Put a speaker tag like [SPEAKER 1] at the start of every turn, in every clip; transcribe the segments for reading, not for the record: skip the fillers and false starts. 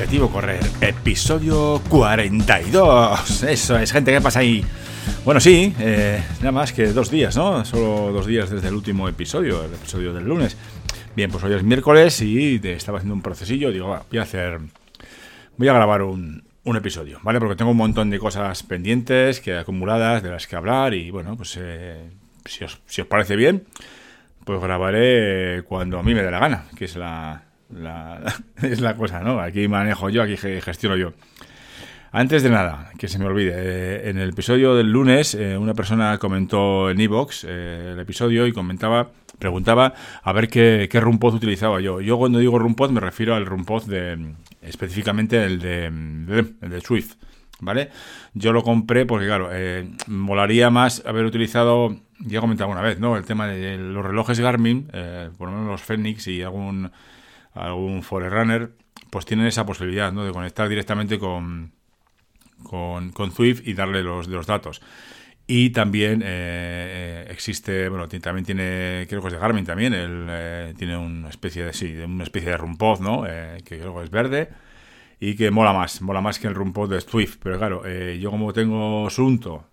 [SPEAKER 1] Objetivo Correr, episodio 42. Eso es, gente, ¿qué pasa ahí? Bueno, sí, nada más que 2 días, ¿no? Solo 2 días desde el último episodio, el episodio del lunes. Bien, pues hoy es miércoles y estaba haciendo un procesillo. Digo, voy a grabar un episodio, ¿vale? Porque tengo un montón de cosas pendientes, acumuladas, de las que hablar. Y bueno, pues si os parece bien, pues grabaré cuando a mí me dé la gana, que es es la cosa, ¿no? Aquí manejo yo, aquí gestiono yo. Antes de nada, que se me olvide, en el episodio del lunes una persona comentó en iVoox el episodio y preguntaba a ver qué RunPod utilizaba yo. Yo cuando digo RunPod me refiero al RunPod específicamente el de Swift, ¿vale? Yo lo compré porque, claro, molaría más haber utilizado, ya he comentado alguna vez, ¿no? El tema de los relojes Garmin, por lo menos los Fenix y algún Forerunner, pues tienen esa posibilidad, ¿no? De conectar directamente con Swift y darle los datos. Y también existe, bueno, también tiene, creo que es de Garmin también, tiene una especie de RunPod, ¿no? Que creo que es verde y que mola más que el RunPod de Swift. Pero claro, yo como tengo Suunto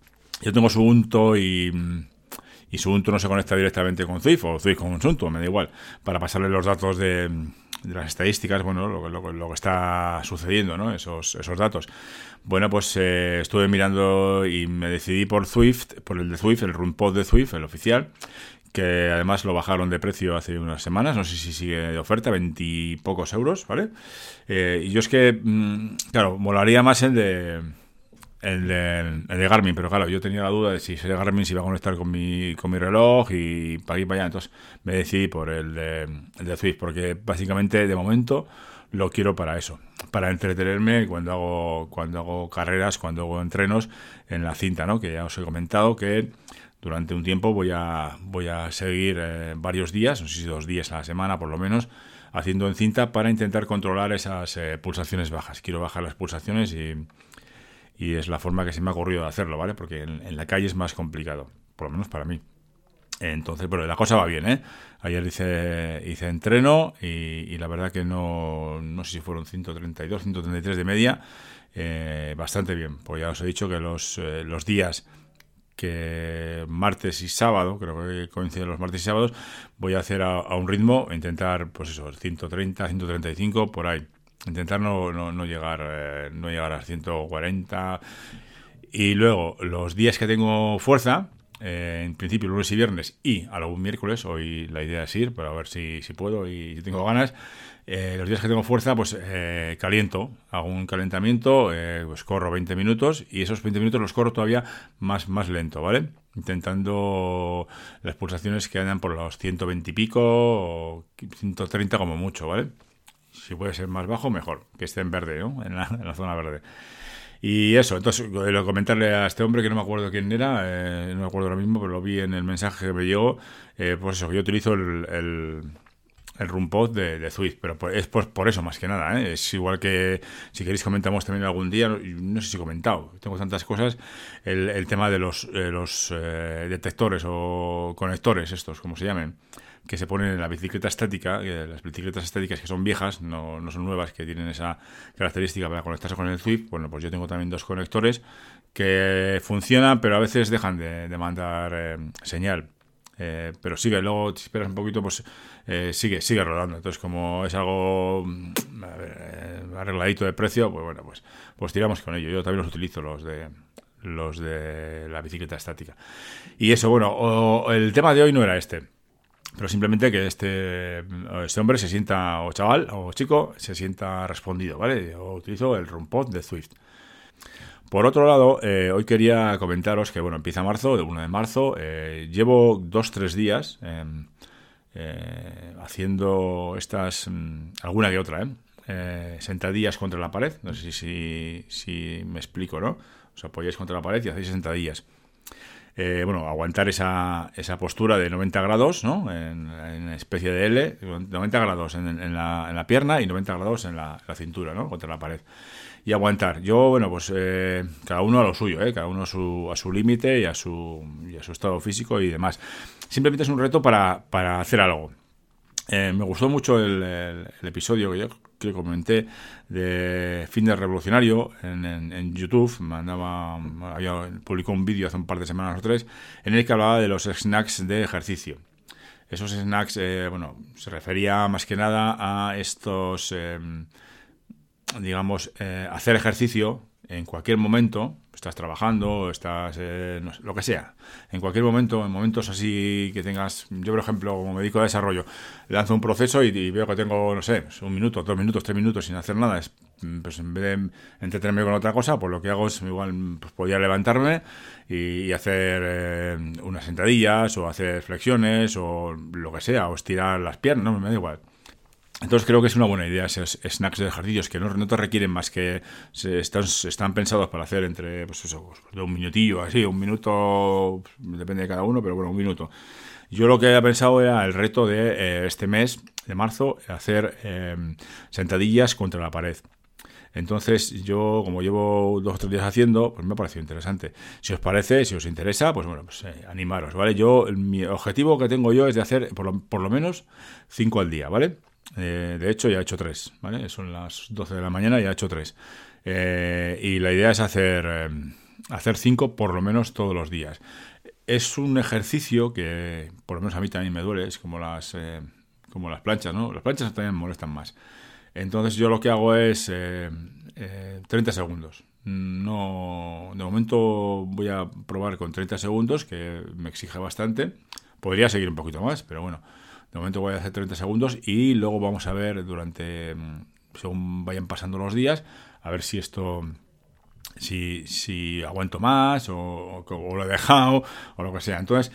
[SPEAKER 1] y Suunto no se conecta directamente con Swift o Swift con Suunto, me da igual, para pasarle los datos de las estadísticas, bueno, lo que está sucediendo, ¿no? Esos datos. Bueno, pues estuve mirando y me decidí por el de Swift, el RunPod de Swift, el oficial, que además lo bajaron de precio hace unas semanas, no sé si sigue de oferta, 20 y pocos euros, ¿vale? Y yo es que, claro, molaría más el de Garmin, pero claro, yo tenía la duda de si ese Garmin se iba a conectar con mi reloj y para aquí y para allá. Entonces me decidí por el de Swift, porque básicamente de momento lo quiero para eso, para entretenerme cuando hago carreras, cuando hago entrenos en la cinta, ¿no? Que ya os he comentado que durante un tiempo voy a seguir varios días, no sé si 2 días a la semana por lo menos, haciendo en cinta para intentar controlar esas pulsaciones bajas. Quiero bajar las pulsaciones y es la forma que se me ha ocurrido de hacerlo, ¿vale? Porque en la calle es más complicado, por lo menos para mí. Entonces, pero la cosa va bien, ¿eh? Ayer hice entreno y la verdad que no sé si fueron 132, 133 de media, bastante bien. Pues ya os he dicho que los días que martes y sábado, creo que coinciden los martes y sábados, voy a hacer a un ritmo, intentar, pues eso, 130, 135, por ahí. Intentar no llegar a las 140. Y luego, los días que tengo fuerza, en principio lunes y viernes y algún miércoles, hoy la idea es ir, pero a ver si puedo y si tengo ganas. Los días que tengo fuerza, pues caliento, hago un calentamiento, pues corro 20 minutos y esos 20 minutos los corro todavía más lento, ¿vale? Intentando las pulsaciones que andan por los 120 y pico o 130 como mucho, ¿vale? Si puede ser más bajo, mejor, que esté en verde, ¿no? En la zona verde. Y eso, entonces, lo comentarle a este hombre, que no me acuerdo quién era, no me acuerdo ahora mismo, pero lo vi en el mensaje que me llegó, pues eso, que yo utilizo el RunPod de Swift, pero es por eso más que nada, ¿eh? Es igual que si queréis comentamos también algún día, no sé si he comentado, tengo tantas cosas, el tema de los detectores o conectores estos, como se llamen, que se ponen en la bicicleta estática, las bicicletas estáticas que son viejas, no son nuevas, que tienen esa característica para conectarse con el Swift. Bueno, pues yo tengo también 2 conectores que funcionan, pero a veces dejan de mandar señal. Pero sigue, luego si esperas un poquito, pues sigue rodando. Entonces, como es algo arregladito de precio, pues bueno, pues tiramos con ello. Yo también los utilizo, los de la bicicleta estática. Y eso, bueno, el tema de hoy no era este, pero simplemente que este hombre se sienta, o chaval o chico, se sienta respondido, ¿vale? Yo utilizo el RunPod de Swift. Por otro lado, hoy quería comentaros que, bueno, empieza marzo, el 1 de marzo, llevo 2-3 días haciendo estas, alguna que otra, sentadillas contra la pared, no sé si me explico, ¿no? Os apoyáis contra la pared y hacéis sentadillas. Bueno, aguantar esa postura de 90 grados, ¿no? En especie de L, 90 grados en la pierna y 90 grados en la cintura, ¿no? Contra la pared. Y aguantar. Yo, bueno, pues cada uno a lo suyo, cada uno a su límite y a su estado físico y demás. Simplemente es un reto para hacer algo. Me gustó mucho el episodio que yo que comenté de Fitness Revolucionario en YouTube, publicó un vídeo hace un par de semanas o 3 en el que hablaba de los snacks de ejercicio. Esos snacks, se refería más que nada a estos, hacer ejercicio en cualquier momento. Estás trabajando, estás, no sé, lo que sea. En cualquier momento, en momentos así que tengas... Yo, por ejemplo, como me dedico a desarrollo, lanzo un proceso y veo que tengo, no sé, 1 minuto, 2 minutos, 3 minutos sin hacer nada. Pues en vez de entretenerme con otra cosa, pues lo que hago es igual pues podía levantarme y hacer unas sentadillas o hacer flexiones o lo que sea, o estirar las piernas, no me da igual. Entonces creo que es una buena idea esos snacks de ejercicios que no te requieren más que están pensados para hacer entre de 1 minutillo, así, 1 minuto, depende de cada uno, pero bueno, 1 minuto. Yo lo que había pensado era el reto de este mes de marzo, hacer sentadillas contra la pared. Entonces yo, como llevo 2 o 3 días haciendo, pues me ha parecido interesante. Si os parece, si os interesa, pues bueno, animaros, ¿vale? Mi objetivo que tengo yo es de hacer por lo menos 5 al día, ¿vale? De hecho ya he hecho 3, ¿vale? Son las 12 de la mañana y ya he hecho 3. Y la idea es hacer 5 por lo menos todos los días. Es un ejercicio que por lo menos a mí también me duele, es como las planchas, ¿no? Las planchas también me molestan más. Entonces yo lo que hago es 30 segundos. No, de momento voy a probar con 30 segundos, que me exige bastante. Podría seguir un poquito más, pero bueno. De momento voy a hacer 30 segundos y luego vamos a ver según vayan pasando los días, a ver si aguanto más o lo he dejado o lo que sea. Entonces,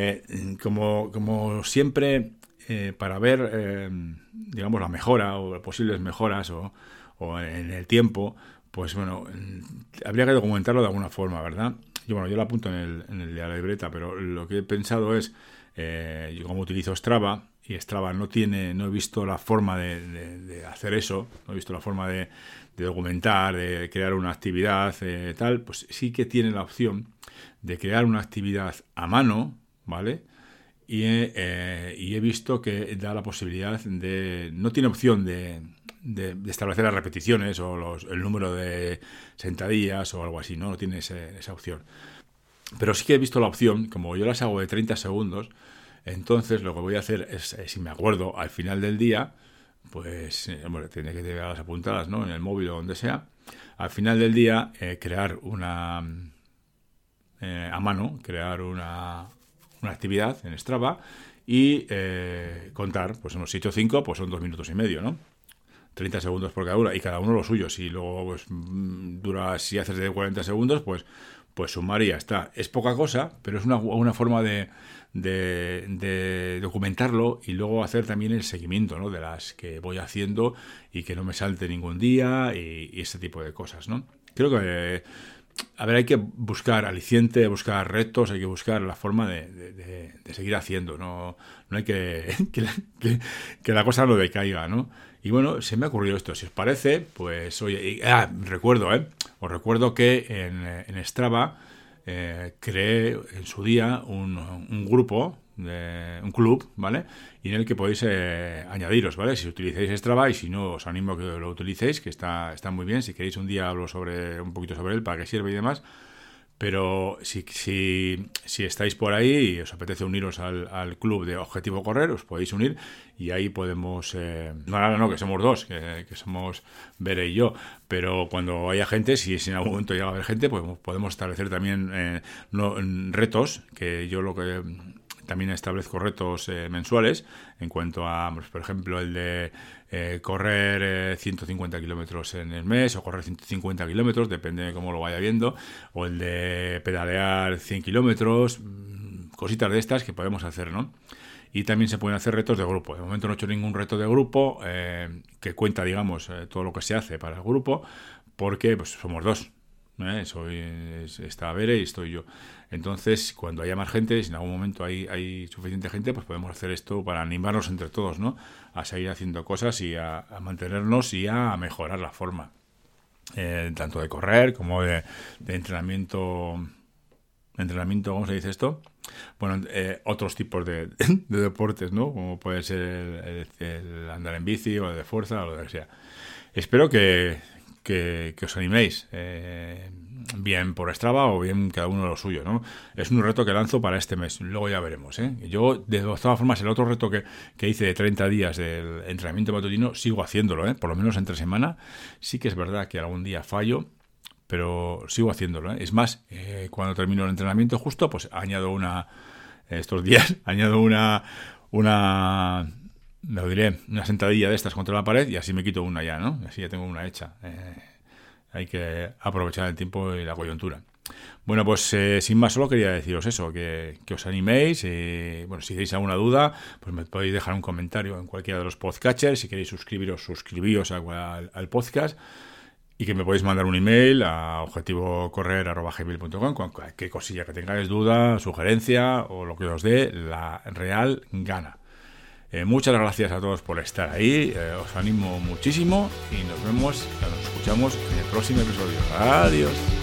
[SPEAKER 1] como siempre, para ver, digamos, la mejora o posibles mejoras o en el tiempo, pues bueno, habría que documentarlo de alguna forma, ¿verdad? Yo lo apunto en la libreta, pero lo que he pensado es, yo como utilizo Strava, y Strava no he visto la forma de hacer eso, no he visto la forma de documentar, de crear una actividad, tal, pues sí que tiene la opción de crear una actividad a mano, ¿vale? Y he visto que da la posibilidad no tiene opción de establecer las repeticiones o el número de sentadillas o algo así, no tiene esa opción. Pero sí que he visto la opción, como yo las hago de 30 segundos, entonces lo que voy a hacer es, si me acuerdo al final del día, pues, tiene que llegar las apuntadas, ¿no? En el móvil o donde sea, al final del día crear a mano, crear una actividad en Strava y contar, pues si he hecho 5, pues son 2 minutos y medio, ¿no? 30 segundos por cada una y cada uno lo suyo. Si luego pues, si haces de 40 segundos, pues sumar y ya está. Es poca cosa, pero es una forma de documentarlo y luego hacer también el seguimiento, ¿no? De las que voy haciendo y que no me salte ningún día y ese tipo de cosas, ¿no? Creo que hay que buscar aliciente, buscar retos, hay que buscar la forma de seguir haciendo, no hay que la cosa no decaiga, ¿no? Y bueno, se me ha ocurrido esto. Si os parece, pues oye, os recuerdo que en Strava creé en su día un grupo, un club, ¿vale? Y en el que podéis añadiros, ¿vale? Si utilizáis Strava y si no, os animo a que lo utilicéis, que está muy bien. Si queréis un día hablo un poquito sobre él, para qué sirve y demás. Pero si estáis por ahí y os apetece uniros al club de Objetivo Correr, os podéis unir y ahí podemos... no, que somos 2, que somos Bere y yo. Pero cuando haya gente, si en algún momento llega a haber gente, pues podemos establecer también retos, que yo lo que... También establezco retos mensuales en cuanto a, pues, por ejemplo, el de correr 150 kilómetros en el mes o correr 150 kilómetros, depende de cómo lo vaya viendo, o el de pedalear 100 kilómetros, cositas de estas que podemos hacer, ¿no? Y también se pueden hacer retos de grupo. De momento no he hecho ningún reto de grupo que cuenta, digamos, todo lo que se hace para el grupo, porque pues somos 2. Está Bere y estoy yo. Entonces, cuando haya más gente, si en algún momento hay suficiente gente, pues podemos hacer esto para animarnos entre todos, ¿no? A seguir haciendo cosas y a mantenernos y a mejorar la forma. Tanto de correr como de entrenamiento entrenamiento, ¿cómo se dice esto? Bueno, otros tipos de deportes, ¿no? Como puede ser el andar en bici o el de fuerza o lo que sea. Espero que os animéis, bien por Strava o bien cada uno lo suyo, ¿no? Es un reto que lanzo para este mes, luego ya veremos, ¿eh? Yo, de todas formas, el otro reto que hice de 30 días del entrenamiento matutino, sigo haciéndolo, ¿eh? Por lo menos entre semana. Sí que es verdad que algún día fallo, pero sigo haciéndolo, ¿eh? Es más, cuando termino el entrenamiento justo, pues añado estos días, añado me lo diré, una sentadilla de estas contra la pared y así me quito una ya, ¿no? Así ya tengo una hecha. Hay que aprovechar el tiempo y la coyuntura. Bueno, pues sin más, solo quería deciros eso, que os animéis. Bueno, si tenéis alguna duda, pues me podéis dejar un comentario en cualquiera de los podcatchers. Si queréis suscribíos al podcast. Y que me podéis mandar un email a objetivocorrer@gmail.com con cualquier cosilla que tengáis, duda, sugerencia o lo que os dé la real gana. Muchas gracias a todos por estar ahí, os animo muchísimo y nos escuchamos en el próximo episodio. Adiós.